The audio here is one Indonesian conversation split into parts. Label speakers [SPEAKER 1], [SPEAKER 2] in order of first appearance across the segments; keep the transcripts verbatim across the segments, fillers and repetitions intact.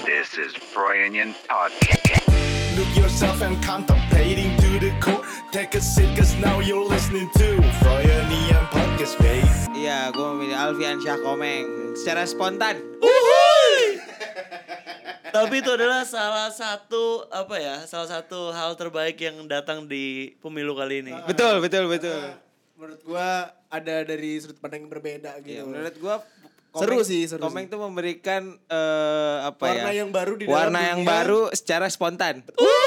[SPEAKER 1] This is Froyonion Podcast.
[SPEAKER 2] Look yourself and contemplating to the core. Take a seat cause now you're listening to Froyonion Podcast, babe.
[SPEAKER 3] Iya, gue memilih Alfian Syah Komeng secara spontan.
[SPEAKER 4] Uhuy. Tapi itu adalah salah satu apa ya? Salah satu hal terbaik yang datang di pemilu kali ini.
[SPEAKER 3] Betul, betul, betul.
[SPEAKER 5] Menurut gua ada dari sudut pandang yang berbeda gitu.
[SPEAKER 3] Iya, menurut gue
[SPEAKER 5] Seru sih, seru
[SPEAKER 3] Komeng
[SPEAKER 5] sih.
[SPEAKER 3] tuh memberikan uh, apa
[SPEAKER 5] Warna
[SPEAKER 3] ya?
[SPEAKER 5] yang baru di dalam
[SPEAKER 3] Warna yang
[SPEAKER 5] dunia.
[SPEAKER 3] baru secara spontan.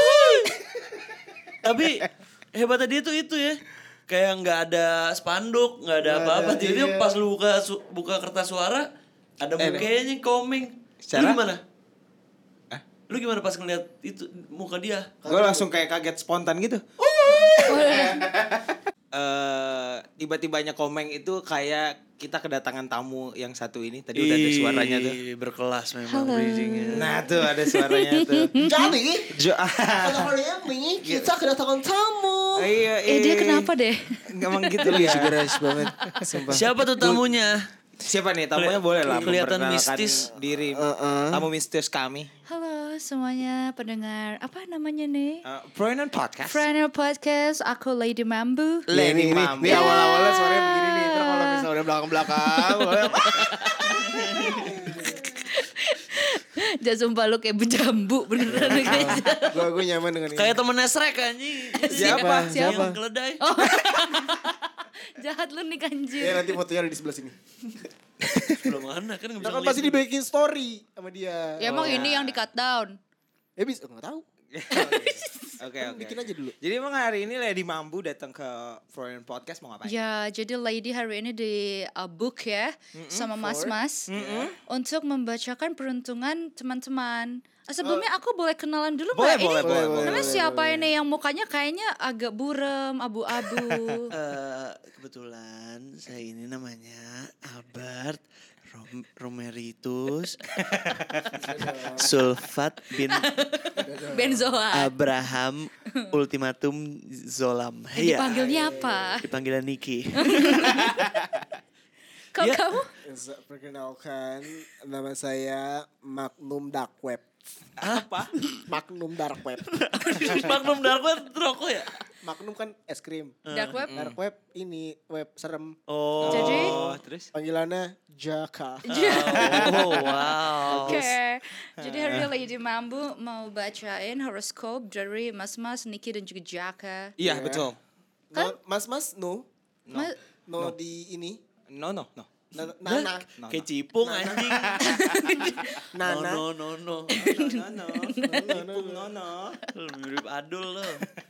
[SPEAKER 4] Tapi hebatnya dia tuh itu ya. Kayak nggak ada spanduk, nggak ada
[SPEAKER 5] Nggak
[SPEAKER 4] apa-apa.
[SPEAKER 5] ada,
[SPEAKER 4] Tiba-tiba
[SPEAKER 5] iya.
[SPEAKER 4] pas lu buka su- buka kertas suara ada
[SPEAKER 3] Eh,
[SPEAKER 4] mukanya Komeng.
[SPEAKER 3] Secara?
[SPEAKER 4] Lu gimana?
[SPEAKER 3] Hah?
[SPEAKER 4] Lu gimana pas ngeliat itu muka dia?
[SPEAKER 3] Gue langsung kayak kaget spontan gitu. Eh tiba-tibanya Komeng itu kayak kita kedatangan tamu yang satu ini. Tadi udah ada suaranya tuh.
[SPEAKER 4] Ih, berkelas memang bridging-nya.
[SPEAKER 3] Nah tuh ada suaranya tuh.
[SPEAKER 5] Jadi,
[SPEAKER 3] Jo
[SPEAKER 5] pada hari ini kita kedatangan tamu.
[SPEAKER 3] Iya,
[SPEAKER 6] Eh dia kenapa deh?
[SPEAKER 3] Emang gitu ya.
[SPEAKER 5] Beres banget. Sumpah.
[SPEAKER 4] Siapa tuh tamunya?
[SPEAKER 3] Siapa nih tamunya? Boleh lah
[SPEAKER 4] Kelihatan
[SPEAKER 3] memperkenalkan
[SPEAKER 4] mistis.
[SPEAKER 3] diri.
[SPEAKER 5] Uh-uh.
[SPEAKER 3] Tamu mistis kami.
[SPEAKER 6] Halo semuanya pendengar apa namanya nih?
[SPEAKER 3] Uh, Proinon Podcast.
[SPEAKER 6] Friend Podcast, aku Lady Mambu.
[SPEAKER 3] Lady
[SPEAKER 5] Nih, nih,
[SPEAKER 3] Mambu.
[SPEAKER 5] nih awal-awalnya suaranya begini nih. Ntar kalau misalnya udah belakang-belakang.
[SPEAKER 6] Jangan sumpah lu kayak bejambu beneran guys.
[SPEAKER 5] Gue gue nyaman dengan ini.
[SPEAKER 4] Kayak temennya Shrek anjing.
[SPEAKER 5] Siapa? Siapa?
[SPEAKER 4] Yang keledai.
[SPEAKER 6] Jahat lu nih kanjir.
[SPEAKER 5] Ya nanti fotonya ada di sebelah sini.
[SPEAKER 4] Belum mana kan nggak bisa
[SPEAKER 5] Nah, kan
[SPEAKER 4] ngeliat.
[SPEAKER 5] pasti dibikin story sama dia.
[SPEAKER 6] Ya emang ini yang di cut down.
[SPEAKER 5] Ya bisa, nggak tahu.
[SPEAKER 3] Oke oke.
[SPEAKER 5] Bikin aja dulu.
[SPEAKER 3] Jadi emang hari ini Lady Mambu datang ke Proinon Podcast mau ngapain?
[SPEAKER 6] Ya, jadi Lady hari ini di uh, book ya sama mas-mas untuk membacakan peruntungan teman-teman. Ah, Sebelumnya aku boleh kenalan dulu
[SPEAKER 3] Boleh,
[SPEAKER 6] nggak?
[SPEAKER 3] boleh,
[SPEAKER 6] Ini
[SPEAKER 3] boleh,
[SPEAKER 5] boleh,
[SPEAKER 6] namanya
[SPEAKER 5] boleh,
[SPEAKER 6] siapa
[SPEAKER 5] boleh.
[SPEAKER 6] ini yang mukanya kayaknya agak buram, abu-abu.
[SPEAKER 4] Eh, kebetulan saya ini namanya Albert Rom- Romeritus Sulfat bin
[SPEAKER 6] Benzoa.
[SPEAKER 4] Abraham Ultimatum Zolam.
[SPEAKER 6] Eh,
[SPEAKER 4] Iya.
[SPEAKER 6] dipanggilnya apa?
[SPEAKER 4] Dipanggilnya Niki.
[SPEAKER 6] Kok
[SPEAKER 4] Ya.
[SPEAKER 6] kamu?
[SPEAKER 5] Perkenalkan, nama saya Magnum Dark Web.
[SPEAKER 3] Apa?
[SPEAKER 5] Magnum Dark Web.
[SPEAKER 4] Magnum Dark Web rokok ya?
[SPEAKER 5] Magnum kan es krim.
[SPEAKER 6] Dark web?
[SPEAKER 5] Dark Web ini web serem.
[SPEAKER 4] Oh.
[SPEAKER 6] Jadi?
[SPEAKER 3] Oh, terus?
[SPEAKER 5] Panggilannya Jaka.
[SPEAKER 4] Oh, wow.
[SPEAKER 6] Oke. Jadi hari ini Lady Mambu mau bacain horoskop dari Mas-Mas Niki dan juga Jaka.
[SPEAKER 3] Iya betul.
[SPEAKER 5] No, mas Mas no.
[SPEAKER 6] Ma-
[SPEAKER 5] No, di ini.
[SPEAKER 3] No no no.
[SPEAKER 5] Na- Nana.
[SPEAKER 3] No,
[SPEAKER 4] Kayak cipung anjing.
[SPEAKER 5] Nana.
[SPEAKER 4] No, no, no, no.
[SPEAKER 3] no no. No no no.
[SPEAKER 4] Lu mirip Adul lo.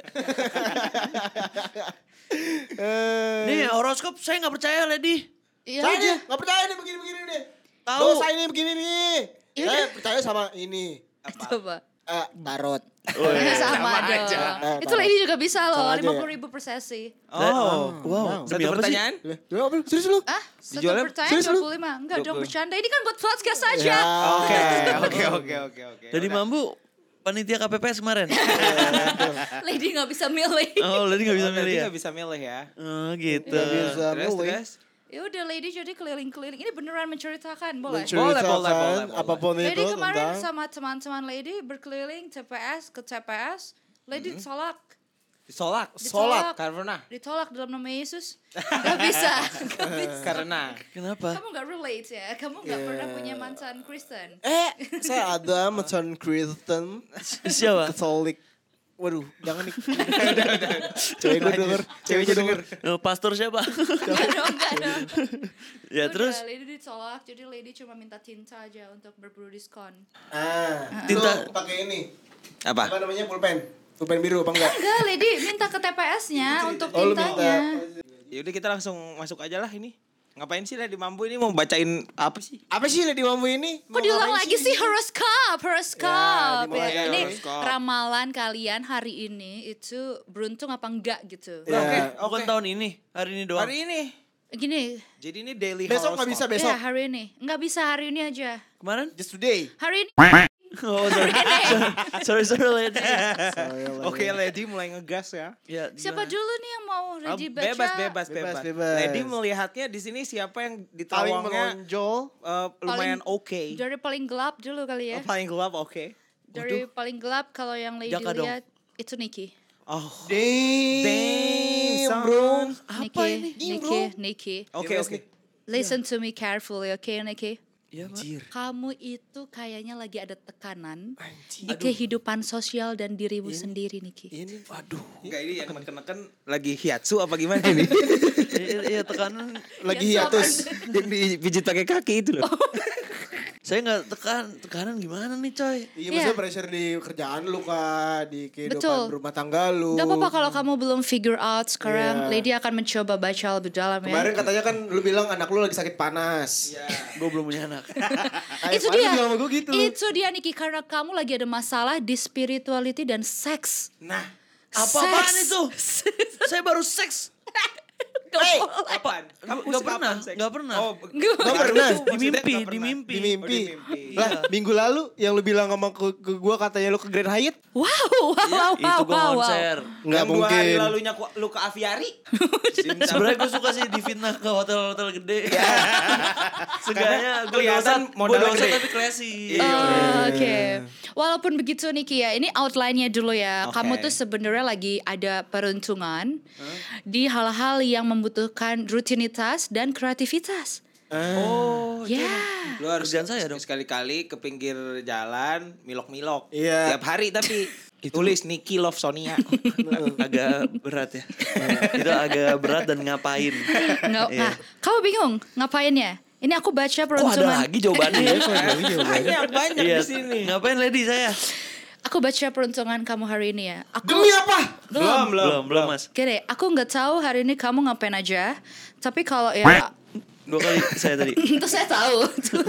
[SPEAKER 5] Eh,
[SPEAKER 4] Nih horoskop saya nggak percaya Lady.
[SPEAKER 6] Iya
[SPEAKER 5] saya
[SPEAKER 6] aja.
[SPEAKER 5] nih nggak percaya nih begini-begini nih.
[SPEAKER 4] Tahu.
[SPEAKER 5] Dosa ini begini nih.
[SPEAKER 6] Iya
[SPEAKER 5] Saya
[SPEAKER 6] udah.
[SPEAKER 5] percaya sama ini.
[SPEAKER 6] Coba.
[SPEAKER 5] Eh, tarot.
[SPEAKER 6] sama, dong.
[SPEAKER 5] Eh,
[SPEAKER 6] Itu Lady juga bisa loh,
[SPEAKER 5] Sama aja
[SPEAKER 6] lima
[SPEAKER 5] ya?
[SPEAKER 6] puluh ribu per sesi.
[SPEAKER 3] Oh,
[SPEAKER 4] wow.
[SPEAKER 3] Satu
[SPEAKER 4] Demi apa sih?
[SPEAKER 3] pertanyaan?
[SPEAKER 5] Dua apa? Serius lu?
[SPEAKER 6] Ah, satu
[SPEAKER 3] Dijualnya
[SPEAKER 6] pertanyaan
[SPEAKER 5] serius
[SPEAKER 6] dua
[SPEAKER 5] lu?
[SPEAKER 6] puluh lima. Enggak
[SPEAKER 3] dua
[SPEAKER 6] dong,
[SPEAKER 3] puluh.
[SPEAKER 6] bercanda. Ini kan buat podcast aja.
[SPEAKER 5] Ya.
[SPEAKER 3] Oke oke oke oke oke.
[SPEAKER 4] Jadi Mambu panitia K P P S kemarin.
[SPEAKER 6] Lady gak bisa milih.
[SPEAKER 4] Oh, Lady nggak bisa
[SPEAKER 3] Oh,
[SPEAKER 4] milih
[SPEAKER 3] berarti
[SPEAKER 4] ya?
[SPEAKER 3] nggak bisa milih ya.
[SPEAKER 4] Oh, gitu.
[SPEAKER 5] Nggak bisa.
[SPEAKER 3] Terus
[SPEAKER 5] milih.
[SPEAKER 3] terus.
[SPEAKER 6] Ya udah Lady jadi keliling-keliling. Ini beneran menceritakan, boleh?
[SPEAKER 5] Menceritakan
[SPEAKER 3] Boleh, boleh, boleh, boleh.
[SPEAKER 5] apapun itu
[SPEAKER 6] Lady kemarin
[SPEAKER 5] tentang
[SPEAKER 6] sama teman-teman Lady berkeliling T P S ke T P S. Lady ditolak.
[SPEAKER 3] Disolak.
[SPEAKER 6] Ditolak.
[SPEAKER 3] Karena.
[SPEAKER 6] Ditolak dalam nama Yesus. Gak bisa. Gak bisa.
[SPEAKER 3] Karena.
[SPEAKER 4] Kenapa?
[SPEAKER 6] Kamu gak relate ya? Kamu gak pernah punya mantan Kristen?
[SPEAKER 5] Eh, saya ada mantan Kristen,
[SPEAKER 4] Siapa?
[SPEAKER 5] Katolik. Waduh, jangan nih. Cewek gue denger, cewek gue denger.
[SPEAKER 4] Oh, pastor siapa?
[SPEAKER 6] Enggak dong, enggak dong.
[SPEAKER 4] Ya
[SPEAKER 6] Udah,
[SPEAKER 4] terus
[SPEAKER 6] Lady ditolak, jadi Lady cuma minta tinta aja untuk berburu diskon.
[SPEAKER 5] Ah,
[SPEAKER 4] Tinta-
[SPEAKER 5] lu pakai ini.
[SPEAKER 3] Apa?
[SPEAKER 5] Apa namanya pulpen? Pulpen biru apa enggak?
[SPEAKER 6] Enggak, Lady minta ke T P S-nya untuk
[SPEAKER 5] Oh, lu minta.
[SPEAKER 6] tintanya.
[SPEAKER 3] Yaudah kita langsung masuk aja lah ini. Ngapain sih Lady Mambu ini mau bacain apa sih?
[SPEAKER 5] Apa sih Lady Mambu ini?
[SPEAKER 6] Kok diulang lagi sih horoskop, horoskop.
[SPEAKER 5] Ya, dimulai
[SPEAKER 6] Ya,
[SPEAKER 5] ya,
[SPEAKER 6] ini
[SPEAKER 3] horoskop.
[SPEAKER 6] ramalan kalian hari ini itu beruntung apa enggak gitu.
[SPEAKER 5] Ya.
[SPEAKER 4] Oke,
[SPEAKER 3] Oke.
[SPEAKER 4] bukan tahun ini, hari ini doang.
[SPEAKER 3] Hari ini.
[SPEAKER 6] Gini,
[SPEAKER 3] Jadi ini daily
[SPEAKER 5] Besok nggak
[SPEAKER 3] horoscope.
[SPEAKER 5] bisa besok.
[SPEAKER 6] ya hari ini. Enggak bisa hari ini aja.
[SPEAKER 4] Kemarin?
[SPEAKER 5] Just today.
[SPEAKER 6] Hari ini
[SPEAKER 4] Oh, sorry. sorry, sorry, Lady.
[SPEAKER 3] Oke, Lady mulai ngegas ya.
[SPEAKER 4] Ya,
[SPEAKER 6] Siapa
[SPEAKER 4] gimana?
[SPEAKER 6] dulu nih yang mau ready
[SPEAKER 3] Ah,
[SPEAKER 6] baca?
[SPEAKER 3] Bebas, bebas, bebas,
[SPEAKER 5] Bebas, bebas.
[SPEAKER 3] Lady melihatnya di sini siapa yang di
[SPEAKER 5] Paling
[SPEAKER 3] tawangnya
[SPEAKER 5] menonjol.
[SPEAKER 3] eh, lumayan oke.
[SPEAKER 6] Dari paling gelap dulu kali ya.
[SPEAKER 3] Oh, paling gelap oke.
[SPEAKER 6] Dari paling gelap kalau yang Lady
[SPEAKER 4] Jaka dong.
[SPEAKER 6] lihat itu Nikki.
[SPEAKER 3] Oh,
[SPEAKER 5] Damn,
[SPEAKER 3] damn,
[SPEAKER 5] bro.
[SPEAKER 6] Nikki, Nikki, Nikki.
[SPEAKER 3] Oke, oke.
[SPEAKER 6] Listen to me carefully, okay, Nikki?
[SPEAKER 4] Iya, Pak.
[SPEAKER 6] Kamu itu kayaknya lagi ada tekanan di kehidupan sosial dan dirimu sendiri, Nikki.
[SPEAKER 5] Ini, waduh.
[SPEAKER 3] Enggak, ini yang neken-neken lagi hiatsu apa gimana ini?
[SPEAKER 4] Iya, iya, tekanan.
[SPEAKER 5] Lagi
[SPEAKER 6] Ya,
[SPEAKER 5] hiatus.
[SPEAKER 3] yang dipijit pakai kaki itu loh.
[SPEAKER 4] Saya nggak tekan, tekanan gimana nih, coy?
[SPEAKER 5] Iya,
[SPEAKER 6] Iya.
[SPEAKER 5] maksudnya pressure di kerjaan lu kak, di kehidupan
[SPEAKER 6] Betul.
[SPEAKER 5] rumah tangga lu.
[SPEAKER 6] Gak apa-apa kalau kamu belum figure out sekarang.
[SPEAKER 5] Iya.
[SPEAKER 6] Lady akan mencoba baca lebih dalam ya.
[SPEAKER 5] Kemarin katanya kan lu bilang anak lu lagi sakit panas.
[SPEAKER 3] Iya.
[SPEAKER 4] Gue belum punya anak.
[SPEAKER 5] Ay,
[SPEAKER 6] Itu
[SPEAKER 5] Pan, lu
[SPEAKER 6] dia.
[SPEAKER 5] bilang sama gue gitu.
[SPEAKER 6] Itu dia Niki, karena kamu lagi ada masalah di spirituality dan seks.
[SPEAKER 3] Nah,
[SPEAKER 4] Apa-apaan
[SPEAKER 6] Seks.
[SPEAKER 4] itu? Saya baru seks.
[SPEAKER 6] Hey,
[SPEAKER 3] apaan? Kamu
[SPEAKER 4] Nggak
[SPEAKER 3] suka
[SPEAKER 4] pernah,
[SPEAKER 3] apaan, seks?
[SPEAKER 4] nggak pernah.
[SPEAKER 3] Oh,
[SPEAKER 5] Nggak pernah.
[SPEAKER 4] Di mimpi, di mimpi.
[SPEAKER 5] Di mimpi.
[SPEAKER 3] Oh, di mimpi.
[SPEAKER 5] Lah, minggu lalu yang lu bilang sama ke, ke gue katanya lu ke Grand Hyatt.
[SPEAKER 6] wow, wow, wow,
[SPEAKER 4] Itu
[SPEAKER 6] wow,
[SPEAKER 4] gue
[SPEAKER 6] wow, wow.
[SPEAKER 4] konser.
[SPEAKER 5] Nggak
[SPEAKER 3] Yang dua hari
[SPEAKER 5] mungkin.
[SPEAKER 3] lalunya ku- lu ke aviari.
[SPEAKER 4] Sebenarnya gue suka sih difitnah ke hotel-hotel gede. Seenggaknya gue
[SPEAKER 3] kelihatan
[SPEAKER 4] dosa, gue
[SPEAKER 3] modalnya
[SPEAKER 4] dosa
[SPEAKER 3] gede.
[SPEAKER 4] tapi classy.
[SPEAKER 6] Oh, Oke, walaupun begitu Niki ya, ini outline-nya dulu ya.
[SPEAKER 3] Oke.
[SPEAKER 6] Kamu tuh sebenarnya lagi ada peruntungan di hal-hal yang membutuhkan rutinitas dan kreativitas.
[SPEAKER 4] Oh,
[SPEAKER 6] Ya,
[SPEAKER 3] Lu harus
[SPEAKER 4] Kerjaan saya dong.
[SPEAKER 3] sekali-kali ke pinggir jalan, milok-milok.
[SPEAKER 5] Iya.
[SPEAKER 3] Tiap hari tapi tulis Niki Love Sonia.
[SPEAKER 4] agak berat ya. Itu agak berat dan ngapain.
[SPEAKER 6] nggak.
[SPEAKER 4] Iya.
[SPEAKER 6] Nah, kamu bingung ngapainnya? Ini aku baca
[SPEAKER 4] Kok ada
[SPEAKER 6] peruntungan.
[SPEAKER 4] lagi jawabannya?
[SPEAKER 3] banyak banyak
[SPEAKER 4] Iya,
[SPEAKER 3] di sini.
[SPEAKER 4] ngapain lady saya?
[SPEAKER 6] Aku baca peruntungan kamu hari ini ya. Aku
[SPEAKER 5] Demi apa?
[SPEAKER 3] Belum, belum,
[SPEAKER 4] Belum, belum mas.
[SPEAKER 6] Gini, aku nggak tahu hari ini kamu ngapain aja. Tapi kalau ya,
[SPEAKER 4] Dua kali saya tadi.
[SPEAKER 6] itu saya tahu.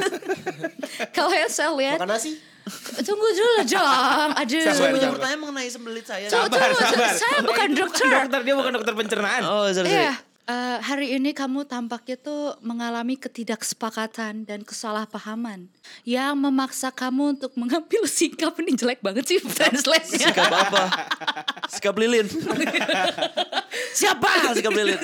[SPEAKER 6] Kalau yang saya lihat,
[SPEAKER 5] Makan nasi?
[SPEAKER 6] tunggu dulu dong. Aduh.
[SPEAKER 3] Sabar,
[SPEAKER 4] Sebelum
[SPEAKER 3] sabar.
[SPEAKER 4] bertanya mengenai sembelit saya.
[SPEAKER 6] Tunggu, tunggu, saya bukan dokter.
[SPEAKER 3] Dokter, dia bukan dokter pencernaan.
[SPEAKER 4] Oh, sorry, sorry.
[SPEAKER 6] Iya. Eh, hari ini kamu tampaknya tuh mengalami ketidaksepakatan dan kesalahpahaman yang memaksa kamu untuk mengambil sikap. Ini jelek banget sih translate-nya.
[SPEAKER 4] Sikap apa? Sikap lilin. Siapa sikap lilin?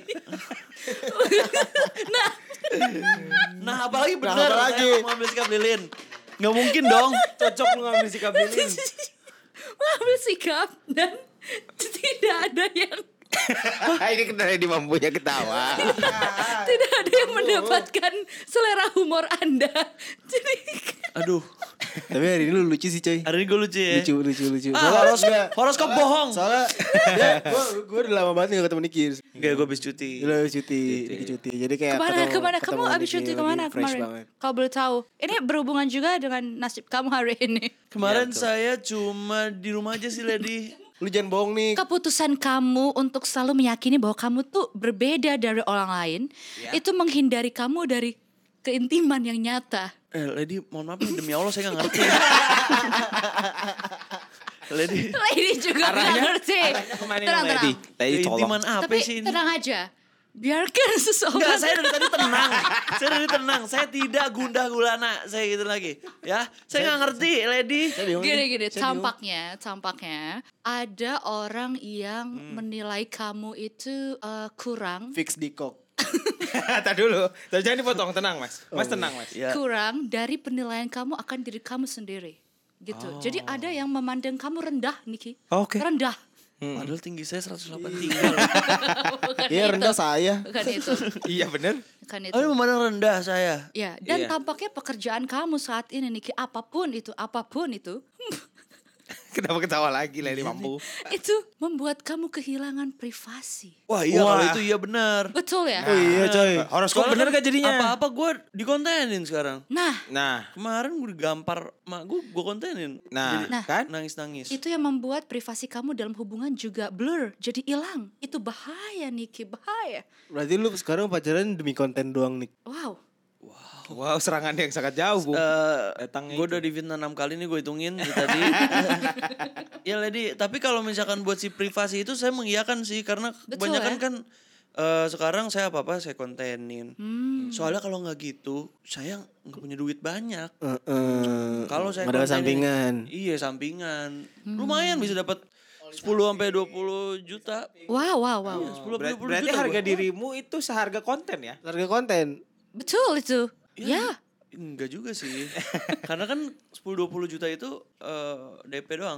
[SPEAKER 6] Nah,
[SPEAKER 4] Nah, apalagi benar
[SPEAKER 5] Nah, apalagi?
[SPEAKER 4] saya mau ambil sikap lilin. Nggak mungkin dong.
[SPEAKER 3] Cocok lu ngambil sikap lilin.
[SPEAKER 6] mengambil sikap dan tidak ada yang
[SPEAKER 3] Ini kenapa di mampunya ketawa.
[SPEAKER 6] tidak ada yang mendapatkan selera humor Anda. Jadi
[SPEAKER 4] Aduh,
[SPEAKER 5] Tapi hari ini lu lucu sih coy.
[SPEAKER 4] hari ini gue lucu ya.
[SPEAKER 5] Lucu, lucu, lucu.
[SPEAKER 4] Ah,
[SPEAKER 5] Soalnya
[SPEAKER 4] horos,
[SPEAKER 5] enggak-
[SPEAKER 4] horoskop bohong.
[SPEAKER 5] Soalnya ya, gue gue udah lama banget gak ketemu Niki.
[SPEAKER 4] Enggak, gue habis cuti.
[SPEAKER 5] Lu habis cuti, Niki cuti. Jadi kayak
[SPEAKER 6] kemana
[SPEAKER 5] ketemu-
[SPEAKER 6] kemana
[SPEAKER 5] ketemu
[SPEAKER 6] kamu abis
[SPEAKER 5] Niki
[SPEAKER 6] cuti
[SPEAKER 5] lagi
[SPEAKER 6] kemana
[SPEAKER 5] fresh
[SPEAKER 6] kemarin?
[SPEAKER 5] banget.
[SPEAKER 6] Kalau boleh tahu, ini berhubungan juga dengan nasib kamu hari ini.
[SPEAKER 4] Kemarin saya cuma di rumah aja sih, lady.
[SPEAKER 5] Lu jangan bohong nih.
[SPEAKER 6] Keputusan kamu untuk selalu meyakini bahwa kamu tuh berbeda dari orang lain, itu menghindari kamu dari keintiman yang nyata.
[SPEAKER 4] Eh, lady, mohon maaf nih, demi Allah saya nggak ngerti. Lady,
[SPEAKER 6] Lady juga nggak ngerti.
[SPEAKER 3] Kemana
[SPEAKER 6] Tenang,
[SPEAKER 3] Lady?
[SPEAKER 6] tenang.
[SPEAKER 3] Lady
[SPEAKER 4] keintiman
[SPEAKER 3] tolong.
[SPEAKER 4] apa
[SPEAKER 6] Tapi
[SPEAKER 4] sih ini?
[SPEAKER 6] tenang aja. Biarkan seseorang.
[SPEAKER 4] Enggak, saya dari tadi tenang. Saya dari tenang. Saya tidak gundah gulana. Saya gitu lagi. Ya, saya nggak ngerti, lady.
[SPEAKER 6] Gini-gini, tampaknya, tampaknya ada orang yang menilai kamu itu eh, kurang,
[SPEAKER 5] Fix di kok.
[SPEAKER 3] Tadi dulu. Tadi jangan dipotong, tenang Mas. Mas tenang Mas.
[SPEAKER 4] Ya.
[SPEAKER 6] kurang dari penilaian kamu akan diri kamu sendiri. Gitu. Jadi ada yang memandang kamu rendah, Niki.
[SPEAKER 3] Oke.
[SPEAKER 6] Rendah.
[SPEAKER 4] Padahal tinggi saya seratus delapan puluh tiga.
[SPEAKER 6] Bukan
[SPEAKER 5] Iya
[SPEAKER 6] itu.
[SPEAKER 5] rendah saya.
[SPEAKER 6] Bukan itu.
[SPEAKER 3] Iya bener.
[SPEAKER 6] Bukan itu.
[SPEAKER 4] Oh, memandang rendah saya.
[SPEAKER 6] Ya, dan
[SPEAKER 3] Iya.
[SPEAKER 6] tampaknya pekerjaan kamu saat ini Niki, apapun itu, apapun itu,
[SPEAKER 3] Kenapa ketawa lagi Lady mampu?
[SPEAKER 6] itu membuat kamu kehilangan privasi.
[SPEAKER 4] Wah, iya
[SPEAKER 3] Wah.
[SPEAKER 4] kalau itu iya benar.
[SPEAKER 6] Betul ya?
[SPEAKER 5] Oh iya coy.
[SPEAKER 3] Horoskop
[SPEAKER 4] Soalnya
[SPEAKER 3] bener
[SPEAKER 4] kan
[SPEAKER 3] gak jadinya?
[SPEAKER 4] Apa-apa gue dikontenin sekarang.
[SPEAKER 6] Nah,
[SPEAKER 3] Nah,
[SPEAKER 4] Kemarin gue digampar mak gue, gue kontenin.
[SPEAKER 3] nah,
[SPEAKER 4] Jadi,
[SPEAKER 6] Nah.
[SPEAKER 3] kan?
[SPEAKER 4] nangis-nangis.
[SPEAKER 6] itu yang membuat privasi kamu dalam hubungan juga blur, jadi hilang. Itu bahaya Niki, bahaya.
[SPEAKER 5] Berarti lu sekarang pacaran demi konten doang nih.
[SPEAKER 6] Wow.
[SPEAKER 3] Wow, serangan yang sangat jauh, Bu.
[SPEAKER 4] Eh,
[SPEAKER 3] Datangnya
[SPEAKER 4] gue
[SPEAKER 3] itu.
[SPEAKER 4] udah difitnah enam kali nih gue hitungin dari tadi. Ya lady, tapi kalau misalkan buat si privasi itu saya mengiyakan sih karena
[SPEAKER 6] Betul,
[SPEAKER 4] kebanyakan
[SPEAKER 6] ya?
[SPEAKER 4] kan eh, sekarang saya apa-apa saya kontenin.
[SPEAKER 6] Hmm.
[SPEAKER 4] Soalnya kalau nggak gitu saya nggak punya duit banyak.
[SPEAKER 5] Heeh.
[SPEAKER 4] Kalau saya
[SPEAKER 5] Nggak ada
[SPEAKER 4] konten ini-
[SPEAKER 5] sampingan.
[SPEAKER 4] Iya, sampingan. Lumayan bisa dapat sepuluh sampai dua puluh juta.
[SPEAKER 6] Wow, wow, wow.
[SPEAKER 4] sepuluh
[SPEAKER 3] Ber-
[SPEAKER 4] sampai dua puluh
[SPEAKER 3] berarti
[SPEAKER 4] juta
[SPEAKER 3] harga
[SPEAKER 4] gua.
[SPEAKER 3] dirimu itu seharga konten ya?
[SPEAKER 5] Harga konten.
[SPEAKER 6] Betul itu. Ya.
[SPEAKER 4] Enggak juga sih. Karena kan sepuluh dua puluh juta itu eh, D P doang.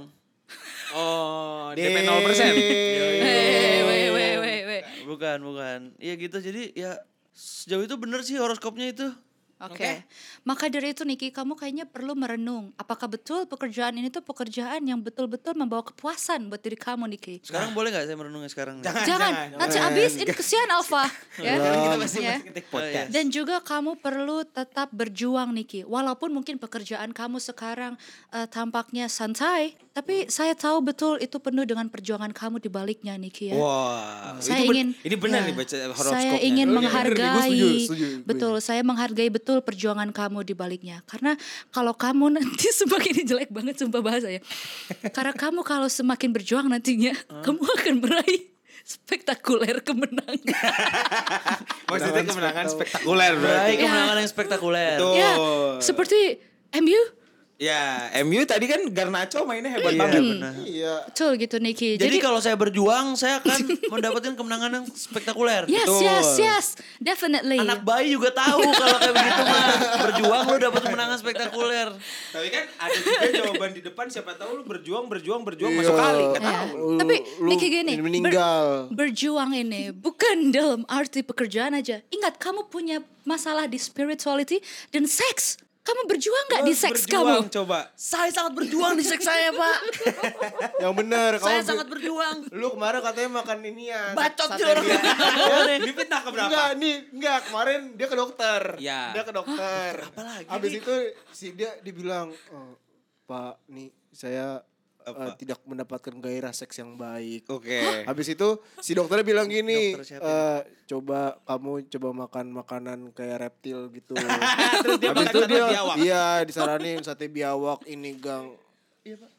[SPEAKER 3] Oh, D P nol persen.
[SPEAKER 6] Weh, weh, weh, weh, weh.
[SPEAKER 4] Bukan, bukan. Iya gitu. Jadi ya sejauh itu bener sih horoskopnya itu.
[SPEAKER 6] Oke. Maka dari itu Niki, kamu kayaknya perlu merenung. Apakah betul pekerjaan ini tuh pekerjaan yang betul-betul membawa kepuasan buat diri kamu, Niki?
[SPEAKER 4] Sekarang boleh nggak saya merenungnya sekarang? nih?
[SPEAKER 3] Jangan,
[SPEAKER 6] Jangan, nanti abis ini kesian Alfa. Ya.
[SPEAKER 3] Kita masih
[SPEAKER 6] Ya.
[SPEAKER 3] masih ketik podcast.
[SPEAKER 6] Dan juga kamu perlu tetap berjuang Niki. Walaupun mungkin pekerjaan kamu sekarang eh, tampaknya santai, tapi saya tahu betul itu penuh dengan perjuangan kamu di baliknya Niki ya.
[SPEAKER 3] Wah,
[SPEAKER 6] Saya
[SPEAKER 3] itu ben-
[SPEAKER 6] ingin
[SPEAKER 3] ini benar
[SPEAKER 6] ya,
[SPEAKER 3] nih baca horoskopnya.
[SPEAKER 6] Saya ingin
[SPEAKER 5] Oh, iya,
[SPEAKER 6] menghargai
[SPEAKER 5] bener nih, gua setuju, setuju, gue
[SPEAKER 6] betul, saya menghargai betul perjuangan kamu di baliknya. Karena kalau kamu nanti semakin ini jelek banget sumpah bahasa ya. Karena kamu kalau semakin berjuang nantinya, kamu akan meraih spektakuler kemenangan.
[SPEAKER 3] Maksudnya kemenangan spektakuler berarti.
[SPEAKER 4] Baik, kemenangan yang spektakuler.
[SPEAKER 3] Betul.
[SPEAKER 6] Ya, seperti M U.
[SPEAKER 3] Ya, M U tadi kan Garnacho mainnya hebat
[SPEAKER 4] Iya,
[SPEAKER 3] banget.
[SPEAKER 4] benar.
[SPEAKER 5] Iya.
[SPEAKER 6] Betul gitu Niki.
[SPEAKER 4] Jadi, kalau saya berjuang, saya akan mendapatkan kemenangan yang spektakuler.
[SPEAKER 6] yes,
[SPEAKER 3] Betul.
[SPEAKER 6] yes, yes, definitely.
[SPEAKER 4] Anak bayi juga tahu kalau kayak begitu mah. Berjuang lu dapat kemenangan spektakuler.
[SPEAKER 3] Tapi kan ada juga jawaban di depan, siapa tahu lu berjuang, berjuang, berjuang
[SPEAKER 5] Iya.
[SPEAKER 3] masuk kali, nggak
[SPEAKER 6] Ya.
[SPEAKER 3] tahu.
[SPEAKER 5] Lu-
[SPEAKER 6] Tapi
[SPEAKER 5] lu
[SPEAKER 6] Niki gini,
[SPEAKER 5] ini meninggal.
[SPEAKER 6] ber- berjuang ini bukan dalam arti pekerjaan aja. Ingat kamu punya masalah di spirituality dan seks. Kamu berjuang nggak di seks
[SPEAKER 3] Berjuang,
[SPEAKER 6] kamu?
[SPEAKER 3] coba.
[SPEAKER 4] Saya sangat berjuang di seks saya, Pak.
[SPEAKER 5] Yang bener.
[SPEAKER 4] Saya
[SPEAKER 5] kamu-
[SPEAKER 4] sangat berjuang.
[SPEAKER 5] Lu kemarin katanya makan ini ya.
[SPEAKER 4] Bacot
[SPEAKER 5] sate
[SPEAKER 4] sih orang.
[SPEAKER 5] dia.
[SPEAKER 3] Dipitnah ke berapa?
[SPEAKER 5] Enggak, nih, enggak. Kemarin dia ke dokter.
[SPEAKER 3] Iya.
[SPEAKER 5] Dia ke dokter.
[SPEAKER 4] Apa lagi
[SPEAKER 5] Habis
[SPEAKER 4] nih?
[SPEAKER 5] itu si dia dibilang, "Oh, Pak, nih saya eh, tidak mendapatkan gairah seks yang baik."
[SPEAKER 3] Oke.
[SPEAKER 5] Habis itu si dokternya bilang gini,
[SPEAKER 4] Dokter siapa
[SPEAKER 5] "Eh, coba kamu coba makan makanan kayak reptil gitu."
[SPEAKER 3] Terus dia
[SPEAKER 5] Habis
[SPEAKER 3] makan
[SPEAKER 5] itu
[SPEAKER 3] sate
[SPEAKER 5] dia,
[SPEAKER 3] biawak.
[SPEAKER 5] iya disaranin sate biawak ini gang.
[SPEAKER 4] Iya, Pak.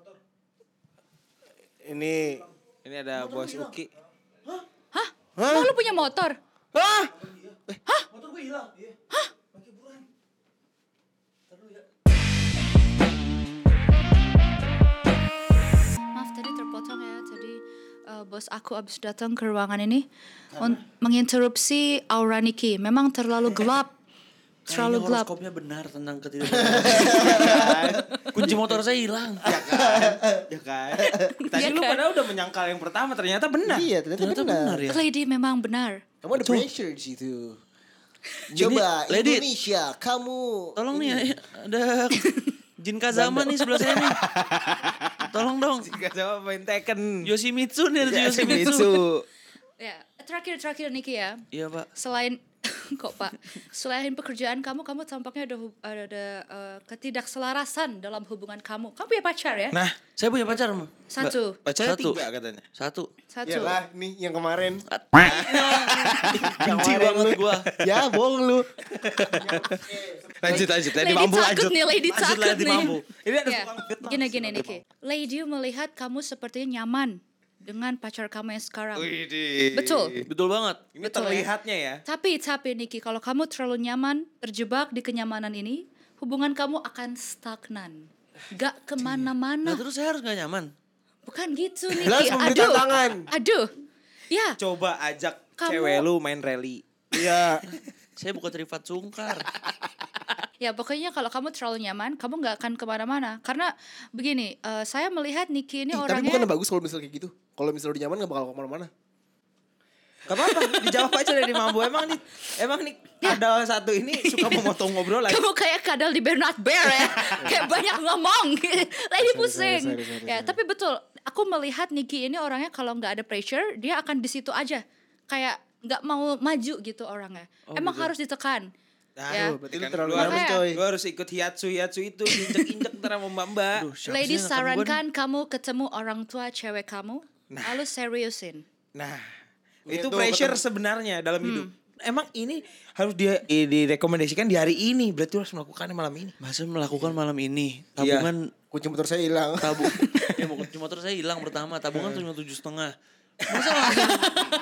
[SPEAKER 5] Ini,
[SPEAKER 3] Ini ada Bos Uki.
[SPEAKER 6] Hah? Oh, lu punya motor?
[SPEAKER 5] hah?
[SPEAKER 4] Motor gue hilang.
[SPEAKER 6] Maaf tadi terpotong ya. Tadi eh, bos aku abis datang ke ruangan ini un- menginterupsi aura Niki. Memang terlalu gelap. Terlalu
[SPEAKER 4] Kayaknya
[SPEAKER 6] gelap.
[SPEAKER 4] horoskopnya benar tentang ketidakberuntungan. Kunci motor saya hilang.
[SPEAKER 3] Ya kan? Tadi
[SPEAKER 6] Iya
[SPEAKER 3] lu
[SPEAKER 6] kan?
[SPEAKER 3] padahal udah menyangkal yang pertama, ternyata benar.
[SPEAKER 5] Iya, ternyata,
[SPEAKER 4] Ternyata
[SPEAKER 5] benar.
[SPEAKER 4] benar ya.
[SPEAKER 6] Lady memang benar.
[SPEAKER 5] Kamu ada pressure di situ.
[SPEAKER 4] Jadi,
[SPEAKER 5] Coba
[SPEAKER 4] Lady,
[SPEAKER 5] Indonesia, kamu.
[SPEAKER 4] tolong nih ya, ada Jin Kazama nih sebelah saya nih. Tolong dong.
[SPEAKER 3] Gak sama main Tekken.
[SPEAKER 4] Yoshimitsu nih ada
[SPEAKER 3] Ya,
[SPEAKER 4] Yoshimitsu.
[SPEAKER 3] Yoshimitsu.
[SPEAKER 6] Ya, terakhir terakhir Niki ya.
[SPEAKER 4] Iya, Pak.
[SPEAKER 6] Selain kok Pak, selain pekerjaan kamu, kamu tampaknya ada hub- ada, ada eh, ketidakselarasan dalam hubungan kamu. Kamu punya pacar ya?
[SPEAKER 3] Nah,
[SPEAKER 4] Saya punya pacar, Mah.
[SPEAKER 6] Satu,
[SPEAKER 3] pacarnya
[SPEAKER 4] Satu.
[SPEAKER 3] tiga katanya.
[SPEAKER 4] Satu.
[SPEAKER 6] satu.
[SPEAKER 5] Yalah, nih yang kemarin.
[SPEAKER 4] Benci
[SPEAKER 5] kemarin
[SPEAKER 4] banget
[SPEAKER 5] lu.
[SPEAKER 4] gua.
[SPEAKER 5] Ya, bohong lu.
[SPEAKER 3] Lanjut, lanjut. Tadi
[SPEAKER 6] Lady
[SPEAKER 3] mampu
[SPEAKER 6] takut
[SPEAKER 3] lanjut.
[SPEAKER 6] nih, Lady
[SPEAKER 3] Lanjut,
[SPEAKER 6] takut
[SPEAKER 3] Lady
[SPEAKER 6] nih.
[SPEAKER 3] mampu. Ini ada
[SPEAKER 6] Ya,
[SPEAKER 3] tukang fitnah.
[SPEAKER 6] gini-gini Niki. Lady melihat kamu sepertinya nyaman dengan pacar kamu yang sekarang.
[SPEAKER 3] Widih.
[SPEAKER 6] Betul.
[SPEAKER 4] Betul banget.
[SPEAKER 3] Ini
[SPEAKER 6] Betul ya.
[SPEAKER 3] terlihatnya ya.
[SPEAKER 6] Tapi, tapi Niki, kalau kamu terlalu nyaman, terjebak di kenyamanan ini, hubungan kamu akan stagnan. Gak
[SPEAKER 4] Nah,
[SPEAKER 6] kemana-mana.
[SPEAKER 4] terus saya harus gak nyaman.
[SPEAKER 6] Bukan gitu
[SPEAKER 5] Jelas
[SPEAKER 6] Niki.
[SPEAKER 5] memberi
[SPEAKER 6] Aduh.
[SPEAKER 5] tantangan.
[SPEAKER 6] Aduh. Ya.
[SPEAKER 3] Coba ajak
[SPEAKER 6] Kamu-
[SPEAKER 3] cewek lu main rally.
[SPEAKER 5] Iya.
[SPEAKER 4] Saya bukan Rifat Sungkar.
[SPEAKER 6] Ya pokoknya kalau kamu terlalu nyaman, kamu nggak akan kemana-mana. Karena begini, eh, saya melihat Niki ini
[SPEAKER 5] Ih, tapi
[SPEAKER 6] orangnya.
[SPEAKER 5] bukan bagus kalau misalnya kayak gitu. Kalau misalnya udah nyaman gak bakal kemana-mana.
[SPEAKER 3] Gak apa-apa, dijawab aja dari mampu. Emang nih, emang nih ada satu ini suka memotong ngobrol lagi.
[SPEAKER 6] Kamu kayak kadal di Bernard Bear ya. Kayak banyak ngomong. Lady pusing.
[SPEAKER 5] sorry, sorry,
[SPEAKER 6] Ya, tapi betul. Aku melihat Niki ini orangnya kalau nggak ada pressure, dia akan di situ aja. Kayak nggak mau maju gitu orangnya. Emang harus ditekan.
[SPEAKER 3] Nah,
[SPEAKER 6] Ya.
[SPEAKER 3] berarti
[SPEAKER 5] Lu
[SPEAKER 3] kan
[SPEAKER 5] terlalu
[SPEAKER 3] lu
[SPEAKER 6] nyaman,
[SPEAKER 3] harus,
[SPEAKER 5] coy.
[SPEAKER 3] lu harus ikut hiatsu hiatsu itu, injek-injek ntar sama mbak-mbak.
[SPEAKER 4] Aduh, siapa
[SPEAKER 6] Lady
[SPEAKER 4] sih yang akan gua
[SPEAKER 6] sarankan kamu ketemu orang tua cewek kamu, lalu seriusin.
[SPEAKER 3] Nah,
[SPEAKER 5] Itu
[SPEAKER 3] itu pressure
[SPEAKER 5] ketemu-
[SPEAKER 3] sebenarnya dalam hidup. Emang ini harus dia eh, direkomendasikan di hari ini, berarti lu harus melakukannya malam ini.
[SPEAKER 4] nih? Masa melakukan malam ini? Tabungan
[SPEAKER 5] Kunci motor saya hilang.
[SPEAKER 4] tabung ya mau kunci motor saya hilang pertama, tabungan cuma tujuh setengah. Masa langsung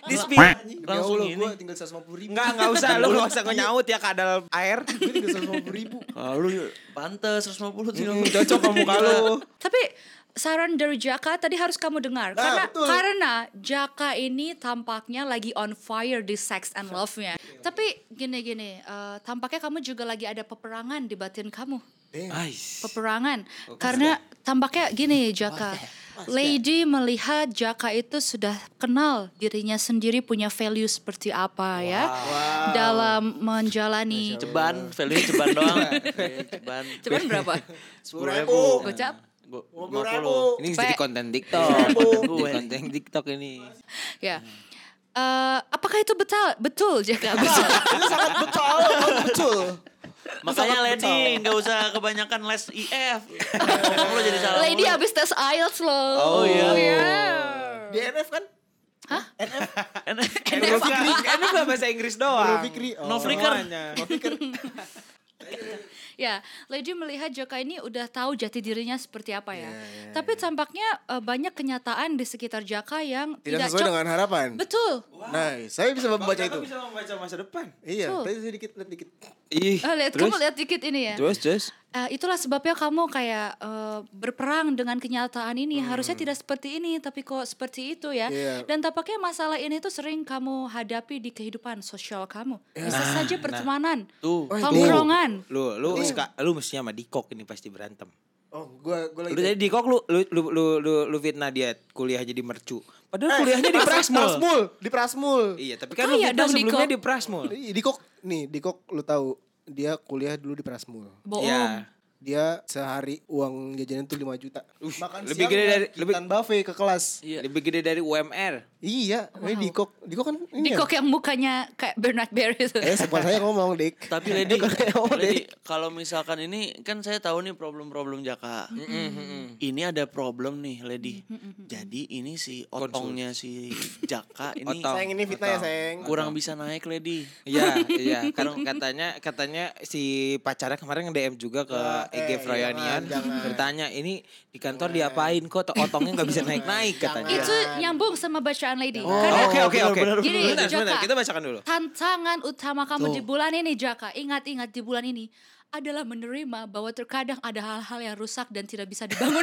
[SPEAKER 3] Di spill.
[SPEAKER 4] Langsung
[SPEAKER 5] ya Allah,
[SPEAKER 4] ini.
[SPEAKER 5] gue tinggal seratus lima puluh ribu.
[SPEAKER 3] Enggak, enggak usah. Lu enggak usah nyaut ya kadal air.
[SPEAKER 5] Gue tinggal seratus lima puluh ribu.
[SPEAKER 4] Ah, lu pantes seratus lima puluh
[SPEAKER 3] Hmm, cocok ke muka lu.
[SPEAKER 6] Tapi saran dari Jaka tadi harus kamu dengar
[SPEAKER 5] Nah,
[SPEAKER 6] karena
[SPEAKER 5] betul.
[SPEAKER 6] karena Jaka ini tampaknya lagi on fire di sex and love-nya. Tapi gini-gini, eh, tampaknya kamu juga lagi ada peperangan di batin kamu.
[SPEAKER 4] Ais.
[SPEAKER 6] Peperangan karena tampaknya gini Jaka. Lady melihat Jaka itu sudah kenal dirinya sendiri punya value seperti apa ya dalam menjalani.
[SPEAKER 4] Ceban, value ceban doang. Ceban.
[SPEAKER 6] Cuman berapa?
[SPEAKER 4] Sepuluh ribu.
[SPEAKER 6] Gocap?
[SPEAKER 5] Lima puluh.
[SPEAKER 3] Ini
[SPEAKER 6] Pe-
[SPEAKER 3] jadi konten TikTok.
[SPEAKER 4] Gue.
[SPEAKER 3] Di konten TikTok ini.
[SPEAKER 6] Ya. Eh, apakah itu betul? Betul Jaka. Betul.
[SPEAKER 5] Itu sangat betul, betul.
[SPEAKER 4] Makanya Lady nggak usah kebanyakan les I F. Ngomong lu jadi salah.
[SPEAKER 6] Lady
[SPEAKER 4] mulu.
[SPEAKER 6] habis tes I E L T S loh.
[SPEAKER 4] Oh, iya.
[SPEAKER 5] Di N F kan?
[SPEAKER 3] N F gak bahasa Inggris doang.
[SPEAKER 5] Fikri. Oh.
[SPEAKER 4] No flicker.
[SPEAKER 3] Semuanya.
[SPEAKER 6] Ya, Lady melihat Jaka ini udah tahu jati dirinya seperti apa ya. Tapi tampaknya eh, banyak kenyataan di sekitar Jaka yang
[SPEAKER 5] Tidak
[SPEAKER 6] tidak,
[SPEAKER 5] sesuai
[SPEAKER 6] cocok.
[SPEAKER 5] dengan harapan.
[SPEAKER 6] Betul.
[SPEAKER 5] Nice, saya bisa membaca
[SPEAKER 3] Jaka
[SPEAKER 5] itu.
[SPEAKER 3] bisa membaca masa depan.
[SPEAKER 5] Iya,
[SPEAKER 6] Betul.
[SPEAKER 5] tadi sedikit, lihat dikit.
[SPEAKER 3] Ih,
[SPEAKER 6] Eh, lihat, kamu lihat dikit ini ya.
[SPEAKER 3] Terus, terus.
[SPEAKER 6] Eh, itulah sebabnya kamu kayak eh, berperang dengan kenyataan ini.
[SPEAKER 5] Hmm.
[SPEAKER 6] Harusnya tidak seperti ini, tapi kok seperti itu ya.
[SPEAKER 5] Iya.
[SPEAKER 6] Dan tampaknya masalah ini tuh sering kamu hadapi di kehidupan sosial kamu. Bisa saja pertemanan,
[SPEAKER 4] Tuh.
[SPEAKER 6] tongkrongan.
[SPEAKER 3] Lu, lu, suka, lu mestinya sama Dikok ini pasti berantem.
[SPEAKER 5] Oh, gua gua lagi.
[SPEAKER 3] Udah jadi Dikok lu, lu, lu, lu, lu, lu fitnah dia kuliah jadi mercu. Padahal kuliahnya di Prasmul.
[SPEAKER 5] Prasmul, di Prasmul.
[SPEAKER 3] Iya, tapi kan lu
[SPEAKER 6] Kaya
[SPEAKER 3] fitnah
[SPEAKER 6] dong,
[SPEAKER 3] sebelumnya
[SPEAKER 6] Dikok.
[SPEAKER 3] di Prasmul.
[SPEAKER 5] Ih, Dikok, nih Dikok lu tahu dia kuliah dulu di Prasmul.
[SPEAKER 6] Bohong.
[SPEAKER 3] Iya.
[SPEAKER 5] Dia sehari uang jajanan tuh lima juta. Makan
[SPEAKER 3] lebih gede dari- lebih-
[SPEAKER 5] lebih buffet ke kelas.
[SPEAKER 4] Iya.
[SPEAKER 3] Lebih gede dari U M R.
[SPEAKER 5] Iya, ini Dikok. Dikok kan ini.
[SPEAKER 6] Dikok yang mukanya kayak Bernard Bear itu.
[SPEAKER 5] Ya? Eh, sempat saya ngomong, Dik.
[SPEAKER 4] Tapi Lady,
[SPEAKER 5] Oh,
[SPEAKER 4] Lady kalau misalkan ini kan saya tahu nih problem-problem Jaka. Ini ada problem nih Lady. Jadi ini si otongnya si Jaka ini
[SPEAKER 3] Otong.
[SPEAKER 5] Sayang ini fitnah ya, sayang.
[SPEAKER 4] kurang bisa naik Lady.
[SPEAKER 3] Iya, iya. Kan katanya katanya si pacarnya kemarin nge-D M juga ke I G
[SPEAKER 5] eh,
[SPEAKER 3] Froyanian.
[SPEAKER 5] jangan, jangan.
[SPEAKER 3] Bertanya, ini di kantor diapain kok otongnya nggak bisa naik-naik katanya.
[SPEAKER 6] Itu nyambung sama bacaan Lady.
[SPEAKER 3] Oh,
[SPEAKER 6] Karena
[SPEAKER 3] oke oke oke.
[SPEAKER 6] Gini,
[SPEAKER 3] Bentar,
[SPEAKER 6] Jaka.
[SPEAKER 3] sebentar, kita bacakan dulu.
[SPEAKER 6] tantangan utama kamu di bulan ini Jaka, ingat-ingat di bulan ini adalah menerima bahwa terkadang ada hal-hal yang rusak dan tidak bisa dibangun.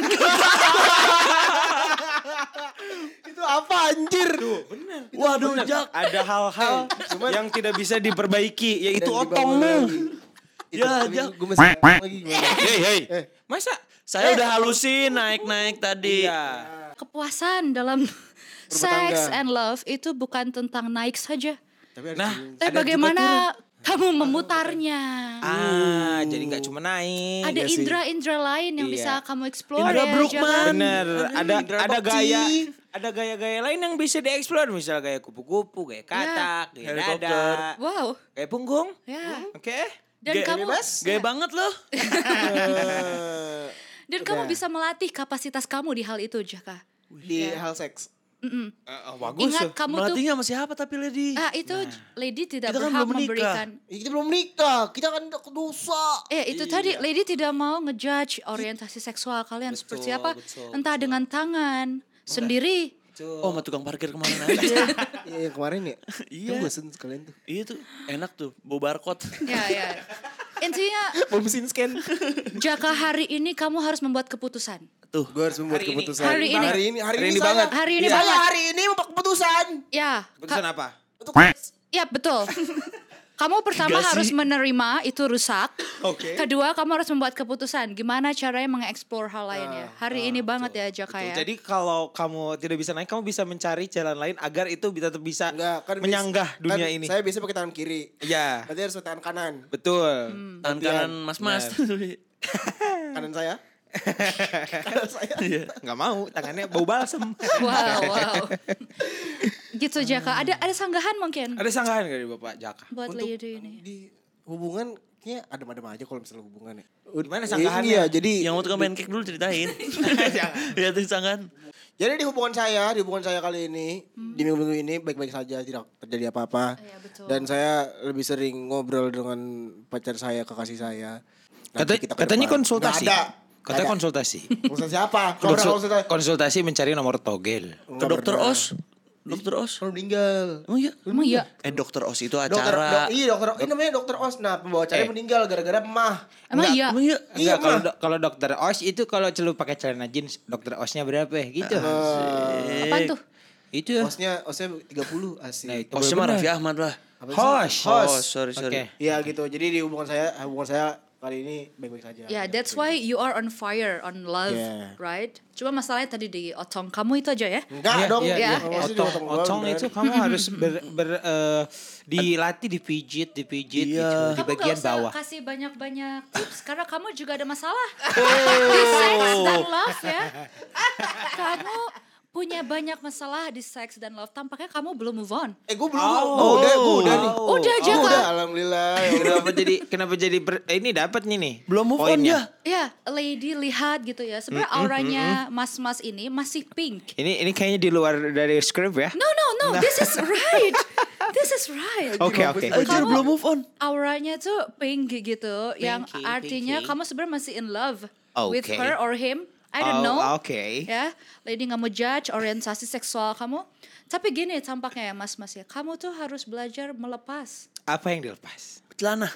[SPEAKER 5] Itu apa anjir?
[SPEAKER 3] Waduh, Jak, ada hal-hal yang tidak bisa diperbaiki, yaitu otongmu.
[SPEAKER 5] Ya,
[SPEAKER 4] Ya,
[SPEAKER 5] gue masih lagi gimana?
[SPEAKER 3] Hei, hei.
[SPEAKER 5] Eh.
[SPEAKER 3] Masa?
[SPEAKER 4] Saya udah halusin naik-naik tadi.
[SPEAKER 3] Iya.
[SPEAKER 6] Kepuasan dalam sex
[SPEAKER 5] tangga.
[SPEAKER 6] and love itu bukan tentang naik saja.
[SPEAKER 5] Tapi harus
[SPEAKER 3] Nah,
[SPEAKER 5] di-
[SPEAKER 6] Tapi
[SPEAKER 3] ada
[SPEAKER 6] bagaimana kamu memutarnya?
[SPEAKER 3] Ah, jadi nggak cuma naik.
[SPEAKER 6] Ada
[SPEAKER 5] iya sih.
[SPEAKER 6] indera-indera lain yang
[SPEAKER 3] Iya.
[SPEAKER 6] bisa kamu explore
[SPEAKER 4] Indra
[SPEAKER 6] ya,
[SPEAKER 4] Brookman.
[SPEAKER 6] Jaka.
[SPEAKER 3] Bener, ada
[SPEAKER 5] Indra
[SPEAKER 3] ada
[SPEAKER 5] Bakti.
[SPEAKER 3] gaya, ada gaya-gaya lain yang bisa dieksplor, misal gaya kupu-kupu, gaya katak, gaya
[SPEAKER 4] Helikopter.
[SPEAKER 3] dada,
[SPEAKER 6] Wow,
[SPEAKER 3] gaya punggung.
[SPEAKER 6] ya.
[SPEAKER 3] Oke.
[SPEAKER 6] Dan
[SPEAKER 4] Gaya
[SPEAKER 6] kamu
[SPEAKER 4] Gaya banget loh.
[SPEAKER 6] dan kamu bisa melatih kapasitas kamu di hal itu, Jaka.
[SPEAKER 5] di hal seks.
[SPEAKER 6] Mm-mm.
[SPEAKER 3] bagus.
[SPEAKER 6] Ingat kamu tuh
[SPEAKER 4] Melatihnya sama siapa tapi Lady?
[SPEAKER 6] ah itu Lady tidak
[SPEAKER 4] Kita kan
[SPEAKER 6] berhak
[SPEAKER 4] belum menikah.
[SPEAKER 6] memberikan.
[SPEAKER 5] Ya, kita belum nikah, kita kan dosa.
[SPEAKER 6] Eh itu tadi Lady tidak mau ngejudge orientasi seksual kalian seperti apa,
[SPEAKER 3] betul,
[SPEAKER 6] entah dengan tangan sendiri.
[SPEAKER 4] Oh, sama tukang parkir kemana aja.
[SPEAKER 5] Iya, yang kemarin ya.
[SPEAKER 4] Iya.
[SPEAKER 5] Itu bosen sekalian tuh.
[SPEAKER 4] Iya tuh, enak tuh, bawa barcode.
[SPEAKER 6] Ya ya. Intinya
[SPEAKER 5] Mau mesin scan.
[SPEAKER 6] Jaka hari ini kamu harus membuat keputusan.
[SPEAKER 4] Tuh.
[SPEAKER 5] Gue harus membuat
[SPEAKER 3] Hari ini.
[SPEAKER 5] keputusan.
[SPEAKER 6] Hari ini.
[SPEAKER 5] Hari ini, hari
[SPEAKER 3] Hari
[SPEAKER 5] ini,
[SPEAKER 3] ini
[SPEAKER 5] saya-
[SPEAKER 3] banget.
[SPEAKER 6] Hari ini
[SPEAKER 5] Saya
[SPEAKER 6] banget.
[SPEAKER 5] hari ini membuat keputusan.
[SPEAKER 6] Ya.
[SPEAKER 3] Keputusan apa?
[SPEAKER 5] Untuk
[SPEAKER 6] Ya betul. Kamu pertama
[SPEAKER 4] Gak
[SPEAKER 6] harus
[SPEAKER 4] sih?
[SPEAKER 6] menerima itu rusak.
[SPEAKER 3] Oke.
[SPEAKER 6] Kedua kamu harus membuat keputusan. Gimana caranya mengeksplor hal lainnya. Hari ini banget ya Jaka ya.
[SPEAKER 3] Jadi kalau kamu tidak bisa naik, kamu bisa mencari jalan lain agar itu bisa tetap bisa
[SPEAKER 5] Enggak, kan
[SPEAKER 3] menyanggah
[SPEAKER 5] bis-
[SPEAKER 3] dunia
[SPEAKER 5] kan
[SPEAKER 3] ini.
[SPEAKER 5] Saya biasa pakai tangan kiri.
[SPEAKER 3] Iya,
[SPEAKER 5] Berarti harus pakai tangan kanan.
[SPEAKER 3] betul.
[SPEAKER 4] Tangan kanan mas-mas.
[SPEAKER 5] Kanan saya. kanan saya.
[SPEAKER 3] Nggak mau, tangannya bau balsem.
[SPEAKER 6] Wow, wow. Gitu Jaka. Ada ada sanggahan mungkin
[SPEAKER 3] Ada sanggahan gak dari Bapak Jaka?
[SPEAKER 6] buat
[SPEAKER 5] Untuk
[SPEAKER 6] Lady ini.
[SPEAKER 5] di hubungan kayaknya adem-adem aja kalau misalnya hubungan ya.
[SPEAKER 3] Gimana sanggahannya?
[SPEAKER 5] Iya, jadi
[SPEAKER 4] Yang mau tukang pancake dulu ceritain. Iya tuh sangan.
[SPEAKER 5] jadi di hubungan saya, di hubungan saya kali ini, di minggu-minggu ini baik-baik saja, tidak terjadi apa-apa.
[SPEAKER 6] Iya, betul.
[SPEAKER 5] Dan saya lebih sering ngobrol dengan pacar saya, kekasih saya. Nanti
[SPEAKER 3] Kata,
[SPEAKER 5] kita ke
[SPEAKER 3] katanya
[SPEAKER 5] depan.
[SPEAKER 3] konsultasi.
[SPEAKER 5] Nggak ada.
[SPEAKER 3] Katanya
[SPEAKER 5] Nggak ada.
[SPEAKER 3] konsultasi.
[SPEAKER 5] Konsultasi siapa? Kalau
[SPEAKER 3] Konsul-
[SPEAKER 5] konsultasi.
[SPEAKER 3] konsultasi mencari nomor togel.
[SPEAKER 4] Ke dokter Os. Dokter Os.
[SPEAKER 5] Kalau meninggal.
[SPEAKER 4] Emang iya?
[SPEAKER 6] Emang iya?
[SPEAKER 4] Eh Dokter Os itu
[SPEAKER 5] Dokter,
[SPEAKER 4] acara.
[SPEAKER 5] dok, iya dokter, ini namanya dokter Os. Nah, pembawa acaranya
[SPEAKER 3] Eh.
[SPEAKER 5] meninggal gara-gara emah.
[SPEAKER 6] Emang iya?
[SPEAKER 4] Emang iya?
[SPEAKER 3] Enggak,
[SPEAKER 5] Iya,
[SPEAKER 3] kalau
[SPEAKER 5] mah.
[SPEAKER 3] do- kalau dokter Os itu kalau lu pakai celana jeans, dokter Osnya berapa ya? Gitu.
[SPEAKER 6] Apaan tuh?
[SPEAKER 3] Itu.
[SPEAKER 5] Osnya, osnya tiga puluh asik.
[SPEAKER 3] Nah, itu
[SPEAKER 4] Osnya mah
[SPEAKER 3] bener.
[SPEAKER 4] Raffi Ahmad lah.
[SPEAKER 5] Apa sih?
[SPEAKER 3] Hosh.
[SPEAKER 5] Hosh.
[SPEAKER 4] Oh, sorry sorry.
[SPEAKER 3] Oke.
[SPEAKER 5] Iya gitu. Jadi di hubungan saya, hubungan saya kali ini baik-baik saja.
[SPEAKER 6] Ya, that's why you are on fire, on love,
[SPEAKER 5] Yeah.
[SPEAKER 6] right? Cuma masalahnya tadi di otong kamu itu aja ya.
[SPEAKER 5] Enggak
[SPEAKER 3] Iya,
[SPEAKER 5] dong.
[SPEAKER 3] iya,
[SPEAKER 6] iya.
[SPEAKER 5] Maksudnya
[SPEAKER 3] Otong,
[SPEAKER 5] dipotong doang,
[SPEAKER 3] otong
[SPEAKER 5] beneran.
[SPEAKER 3] itu kamu harus ber, ber eh, dilatih, dipijit, dipijit
[SPEAKER 4] Iya.
[SPEAKER 3] gitu, di
[SPEAKER 6] Kamu
[SPEAKER 3] bagian
[SPEAKER 6] gak usah
[SPEAKER 3] bawah.
[SPEAKER 6] kasih banyak-banyak tips karena kamu juga ada masalah di sex dan love ya. Kamu punya banyak masalah di sex dan love. Tampaknya kamu belum move on.
[SPEAKER 5] Eh gue belum.
[SPEAKER 3] Oh.
[SPEAKER 5] Oh, udah, gue udah nih.
[SPEAKER 6] Udah aja
[SPEAKER 5] Oh,
[SPEAKER 6] kan?
[SPEAKER 5] udah, alhamdulillah. Ya udah.
[SPEAKER 3] Kenapa jadi kenapa jadi ber- eh, ini dapat nih nih.
[SPEAKER 4] Belum move on
[SPEAKER 3] poinnya.
[SPEAKER 4] ya?
[SPEAKER 6] Ya, lady lihat gitu ya. Sebenarnya auranya mas-mas ini masih pink.
[SPEAKER 3] Ini ini kayaknya di luar dari script ya.
[SPEAKER 6] No, no, no. This is right. This is right.
[SPEAKER 3] Oke oke.
[SPEAKER 4] Anjir
[SPEAKER 6] Kamu-
[SPEAKER 4] belum move on.
[SPEAKER 6] Auranya tuh pink gitu. yang
[SPEAKER 3] Pinky,
[SPEAKER 6] artinya
[SPEAKER 3] pinky.
[SPEAKER 6] kamu sebenarnya masih in love with
[SPEAKER 3] Okay.
[SPEAKER 6] her or him. I
[SPEAKER 3] Oh,
[SPEAKER 6] don't know.
[SPEAKER 3] Oke.
[SPEAKER 6] Ya, lady nggak mau judge orientasi seksual kamu. Tapi gini tampaknya ya mas-mas ya. Kamu tuh harus belajar melepas.
[SPEAKER 3] Apa yang dilepas?
[SPEAKER 4] Celana.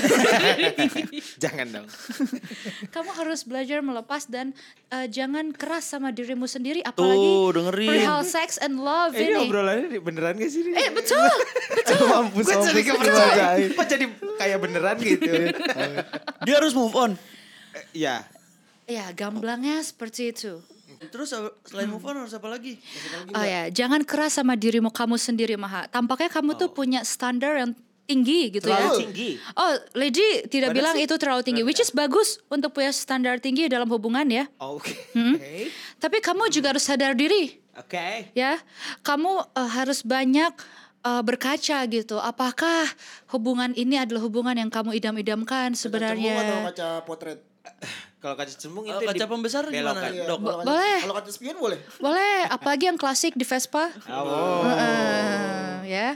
[SPEAKER 3] Jangan dong.
[SPEAKER 6] Kamu harus belajar melepas dan eh, jangan keras sama dirimu sendiri. Apalagi
[SPEAKER 4] Tuh, dengerin.
[SPEAKER 6] perihal sex and love
[SPEAKER 3] Eh, ini
[SPEAKER 6] ini.
[SPEAKER 3] obrolannya di- beneran gak sih?
[SPEAKER 6] Eh betul, betul.
[SPEAKER 5] Mampus,
[SPEAKER 3] Gue jadi
[SPEAKER 5] mampus.
[SPEAKER 3] kepercayaan. Kok jadi kayak beneran gitu?
[SPEAKER 4] Dia harus move on.
[SPEAKER 3] Ya.
[SPEAKER 6] Ya, gamblangnya seperti itu.
[SPEAKER 4] Terus apa- selain move on harus apa lagi?
[SPEAKER 6] Oh ya, jangan keras sama dirimu kamu sendiri, Maha. Tampaknya kamu tuh punya standar yang tinggi gitu ya.
[SPEAKER 3] Terlalu tinggi.
[SPEAKER 6] Oh, Lady tidak bilang itu terlalu tinggi, which is bagus untuk punya standar tinggi dalam hubungan ya.
[SPEAKER 3] Oke.
[SPEAKER 6] Tapi kamu juga harus sadar diri,
[SPEAKER 3] Oke.
[SPEAKER 6] ya. Kamu eh, harus banyak eh, berkaca gitu. Apakah hubungan ini adalah hubungan yang kamu idam-idamkan
[SPEAKER 5] Cembung atau
[SPEAKER 6] sebenarnya?
[SPEAKER 5] kaca potret?
[SPEAKER 3] Kalau kaca cembung
[SPEAKER 4] Kalau
[SPEAKER 3] itu
[SPEAKER 4] kaca
[SPEAKER 3] di-
[SPEAKER 4] pembesar gimana,
[SPEAKER 3] belokan.
[SPEAKER 5] Iya,
[SPEAKER 4] Dok?
[SPEAKER 5] kalau kaca-
[SPEAKER 6] boleh.
[SPEAKER 5] Kalau kaca spion boleh.
[SPEAKER 6] Boleh, apalagi yang klasik di Vespa.
[SPEAKER 3] Oh.
[SPEAKER 6] Eh, ya.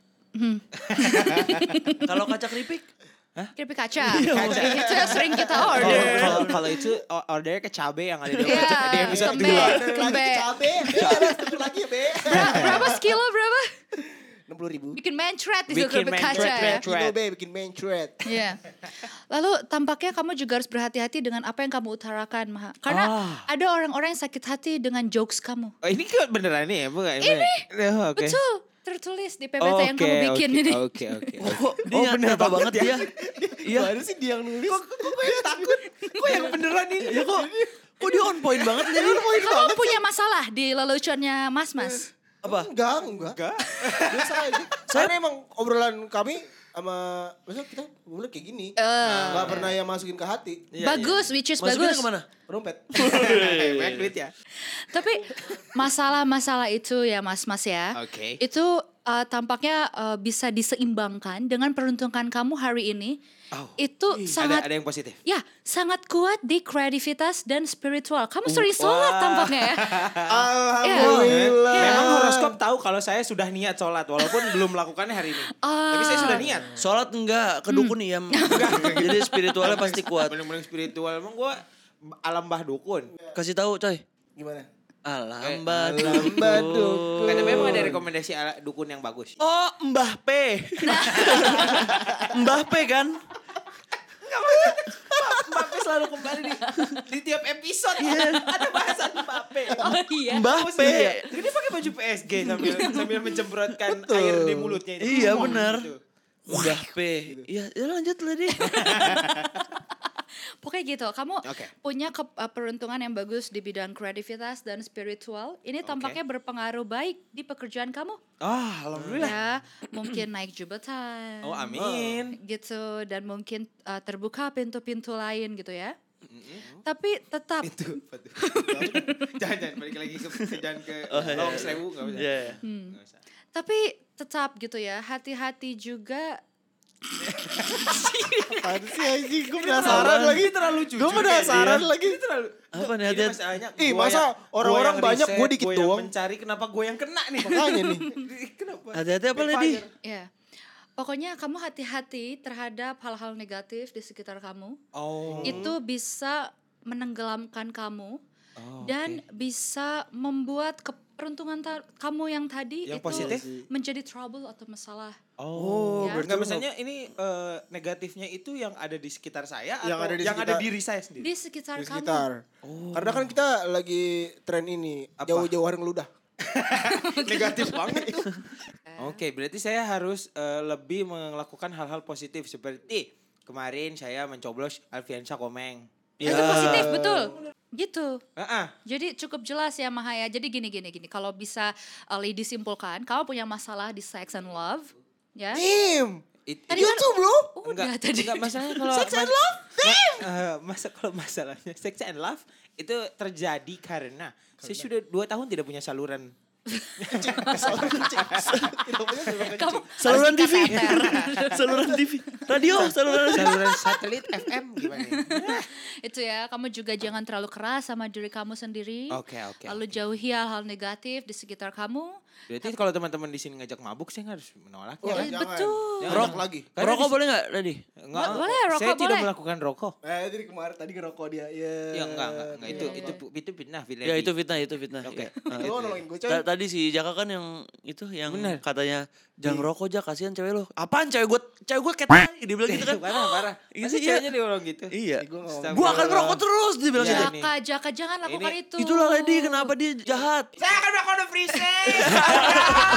[SPEAKER 4] Kalau kaca keripik?
[SPEAKER 6] Keripik kaca. Itu yang sering kita order.
[SPEAKER 3] Kalau- Kalau kalau itu o- ordernya ke cabe yang ada di,
[SPEAKER 6] Iya,
[SPEAKER 3] di episode
[SPEAKER 6] kembe,
[SPEAKER 3] dua.
[SPEAKER 6] kembe.
[SPEAKER 5] Cabe, ada satu lagi ya, Be.
[SPEAKER 6] Ber- Berapa sekilo berapa?
[SPEAKER 5] enam puluh ribu.
[SPEAKER 6] Bikin mencret itu
[SPEAKER 3] Bikin
[SPEAKER 6] keripik
[SPEAKER 3] mencret,
[SPEAKER 6] kaca ya.
[SPEAKER 3] mencret.
[SPEAKER 5] Kilo, Be, bikin main thread.
[SPEAKER 6] Iya. Lalu tampaknya kamu juga harus berhati-hati dengan apa yang kamu utarakan, Maha. Karena ada orang-orang yang sakit hati dengan jokes kamu.
[SPEAKER 3] Oh, ini kan beneran nih ya, bukan?
[SPEAKER 6] Ini,
[SPEAKER 3] Oh, oke.
[SPEAKER 6] Betul, tertulis di P P T
[SPEAKER 3] Oh,
[SPEAKER 6] yang
[SPEAKER 3] oke,
[SPEAKER 6] kamu bikin
[SPEAKER 3] oke,
[SPEAKER 6] ini.
[SPEAKER 3] Oke, oke.
[SPEAKER 4] Kok dia
[SPEAKER 3] Oh, bener
[SPEAKER 4] nyata
[SPEAKER 3] banget
[SPEAKER 4] banget
[SPEAKER 3] ya.
[SPEAKER 4] dia? Iya.
[SPEAKER 5] Mana sih dia yang nulis?
[SPEAKER 3] Kok gue yang takut? Kok yang beneran ini?
[SPEAKER 4] Ya kok kok dia on point banget nih?
[SPEAKER 6] Kamu punya masalah di leluconnya Mas-Mas.
[SPEAKER 4] Apa?
[SPEAKER 5] Enggak, enggak. Enggak. Biasa aja. Karena emang obrolan kami sama masa kita mulai kayak gini. Enggak pernah yang masukin ke hati.
[SPEAKER 6] Bagus, which is
[SPEAKER 4] Masukinnya
[SPEAKER 6] bagus.
[SPEAKER 4] kemana?
[SPEAKER 5] Dompet.
[SPEAKER 3] Banyak duit ya.
[SPEAKER 6] Tapi masalah-masalah itu ya Mas-Mas ya.
[SPEAKER 3] Oke.
[SPEAKER 6] Itu uh, tampaknya uh, bisa diseimbangkan dengan peruntungan kamu hari ini.
[SPEAKER 3] Oh.
[SPEAKER 6] Itu
[SPEAKER 3] Ada
[SPEAKER 6] sangat
[SPEAKER 3] ada yang positif.
[SPEAKER 6] ya, sangat kuat di kreativitas dan spiritual. Kamu sering sholat tampaknya ya.
[SPEAKER 5] Alhamdulillah.
[SPEAKER 3] Memang horoskop tahu kalau saya sudah niat sholat walaupun belum melakukannya hari ini. Tapi saya sudah niat.
[SPEAKER 4] Sholat enggak, ke dukun iya. Jadi spiritualnya pasti kuat.
[SPEAKER 3] Bener-bener spiritual. Emang gue alam bah dukun.
[SPEAKER 4] Kasih tahu, coy.
[SPEAKER 5] Gimana?
[SPEAKER 4] Alam
[SPEAKER 5] Alam badukun.
[SPEAKER 3] Kata memang ada rekomendasi ala- dukun yang bagus.
[SPEAKER 4] Oh, Mbah P. Mbah P kan?
[SPEAKER 3] Mbappe selalu kembali di, di tiap episode. Ada bahasan Mbappe.
[SPEAKER 6] Oh iya.
[SPEAKER 4] Mbah P.
[SPEAKER 3] Ini pakai baju P S G sambil sambil mencemprotkan air di mulutnya. ini.
[SPEAKER 4] Iya,
[SPEAKER 3] Ngomong
[SPEAKER 4] benar.
[SPEAKER 3] gitu.
[SPEAKER 4] Mbah P. Iya, ya lanjut lagi.
[SPEAKER 6] Pokoknya gitu, kamu
[SPEAKER 3] Oke.
[SPEAKER 6] punya ke- uh, peruntungan yang bagus di bidang kreativitas dan spiritual. Ini tampaknya berpengaruh baik di pekerjaan kamu.
[SPEAKER 3] Ah, alhamdulillah.
[SPEAKER 6] Ya, mungkin naik jabatan.
[SPEAKER 3] Oh, amin.
[SPEAKER 6] Gitu, dan mungkin uh, terbuka pintu-pintu lain gitu ya. Tapi tetap
[SPEAKER 3] Itu apa tuh? Jangan jangan balik lagi ke jangan ke Long Sewu enggak usah.
[SPEAKER 4] Iya, iya.
[SPEAKER 3] Nggak usah.
[SPEAKER 6] tapi tetap gitu ya, hati-hati juga.
[SPEAKER 5] Apaan sih anjing? Gue penasaran lagi.
[SPEAKER 3] Ini terlalu jujur.
[SPEAKER 5] Gue penasaran
[SPEAKER 3] kayaknya.
[SPEAKER 5] lagi.
[SPEAKER 3] Ini terlalu.
[SPEAKER 4] Apa nih,
[SPEAKER 3] Ini
[SPEAKER 4] hati-hati?
[SPEAKER 3] masalahnya
[SPEAKER 5] Ih,
[SPEAKER 3] gua
[SPEAKER 5] masa
[SPEAKER 3] yang-
[SPEAKER 5] orang-orang
[SPEAKER 3] gua yang
[SPEAKER 5] banyak,
[SPEAKER 3] riset,
[SPEAKER 5] gua dikit
[SPEAKER 3] yang
[SPEAKER 5] doang?
[SPEAKER 3] mencari kenapa gue yang kena nih.
[SPEAKER 5] Makanya nih.
[SPEAKER 3] Kenapa?
[SPEAKER 4] Hati-hati apa lagi?
[SPEAKER 6] Ya, pokoknya kamu hati-hati terhadap hal-hal negatif di sekitar kamu.
[SPEAKER 3] Oh.
[SPEAKER 6] Itu bisa menenggelamkan kamu
[SPEAKER 3] Oh,
[SPEAKER 6] dan bisa membuat ke- peruntungan ta- kamu yang tadi
[SPEAKER 3] Yang
[SPEAKER 6] itu
[SPEAKER 3] positif?
[SPEAKER 6] menjadi trouble atau masalah.
[SPEAKER 3] Oh,
[SPEAKER 6] Ya.
[SPEAKER 3] berarti nggak misalnya ini eh, negatifnya itu yang ada di sekitar saya
[SPEAKER 5] Yang
[SPEAKER 3] atau
[SPEAKER 5] ada di
[SPEAKER 3] yang ada
[SPEAKER 5] sekitar-
[SPEAKER 3] diri saya sendiri?
[SPEAKER 6] Di sekitar
[SPEAKER 5] Di
[SPEAKER 6] kamu.
[SPEAKER 5] sekitar. Karena kan kita lagi tren ini
[SPEAKER 3] Apa?
[SPEAKER 5] jauh-jauh hari ngeludah.
[SPEAKER 3] Negatif banget. Oke, berarti saya harus eh, lebih melakukan hal-hal positif seperti kemarin saya mencoblos Alfiansyah Komeng.
[SPEAKER 6] Itu positif betul. Gitu.
[SPEAKER 3] Ah,
[SPEAKER 6] Jadi cukup jelas ya Mahaya. Jadi gini gini gini. Kalau bisa uh, Lady simpulkan, kamu punya masalah di sex and love, ya.
[SPEAKER 5] Nim,
[SPEAKER 3] It-
[SPEAKER 6] Tadi
[SPEAKER 5] you
[SPEAKER 6] kan-
[SPEAKER 5] too bro.
[SPEAKER 6] Udah
[SPEAKER 3] enggak,
[SPEAKER 6] tadi.
[SPEAKER 3] enggak masalahnya kalau
[SPEAKER 5] Sex and love,
[SPEAKER 3] ma- eh, masa kalau masalahnya sex and love itu terjadi karena, saya sudah dua tahun tidak punya saluran.
[SPEAKER 6] Kamu
[SPEAKER 4] Saluran
[SPEAKER 6] harus
[SPEAKER 4] T V.
[SPEAKER 6] dikateter.
[SPEAKER 4] Saluran T V. Radio, saluran radio.
[SPEAKER 3] Saluran satelit F M gimana?
[SPEAKER 6] Itu ya, kamu juga jangan terlalu keras sama diri kamu sendiri.
[SPEAKER 3] Oke, oke,
[SPEAKER 6] Lalu
[SPEAKER 3] oke.
[SPEAKER 6] jauhi hal-hal negatif di sekitar kamu.
[SPEAKER 3] Berarti kalau teman-teman di sini ngajak mabuk, saya nggak harus menolak.
[SPEAKER 5] Wah,
[SPEAKER 6] Eh,
[SPEAKER 5] jangan.
[SPEAKER 6] betul.
[SPEAKER 5] Jangan
[SPEAKER 4] Rok-
[SPEAKER 5] rok lagi.
[SPEAKER 3] Karena
[SPEAKER 4] Rokok
[SPEAKER 3] di-
[SPEAKER 4] boleh nggak, Radi?
[SPEAKER 3] Enggak,
[SPEAKER 6] Boleh, rokok
[SPEAKER 3] saya tidak
[SPEAKER 6] boleh.
[SPEAKER 3] melakukan rokok.
[SPEAKER 5] Eh, jadi kemarin tadi ngerokok dia. Ya,
[SPEAKER 3] Ya enggak, enggak, enggak. Itu
[SPEAKER 6] Iya,
[SPEAKER 3] itu itu fitnah, Viledi.
[SPEAKER 4] Ya itu fitnah, itu fitnah.
[SPEAKER 3] Oke.
[SPEAKER 4] Ya.
[SPEAKER 3] Nah,
[SPEAKER 5] Lo nolongin gue coy.
[SPEAKER 4] Ta- Tadi si Jaka kan yang itu yang
[SPEAKER 3] Bener.
[SPEAKER 4] katanya jangan rokok aja kasihan cewek lo. Apaan cewek gue cewek gue kayak dia bilang gitu kan.
[SPEAKER 3] parah, parah.
[SPEAKER 4] Iya
[SPEAKER 3] Masa
[SPEAKER 4] sih, iya.
[SPEAKER 3] ceweknya dia orang gitu?
[SPEAKER 4] Iya.
[SPEAKER 5] Gue nggak
[SPEAKER 3] Astagfirullah.
[SPEAKER 4] Gue akan merokok terus dia bilang
[SPEAKER 3] Iya.
[SPEAKER 4] gitu.
[SPEAKER 3] ini.
[SPEAKER 6] Jaka, Jaka jangan lakukan
[SPEAKER 3] Ini-
[SPEAKER 6] itu.
[SPEAKER 4] Itulah Lady kenapa dia jahat.
[SPEAKER 3] Saya akan melakukan free sex.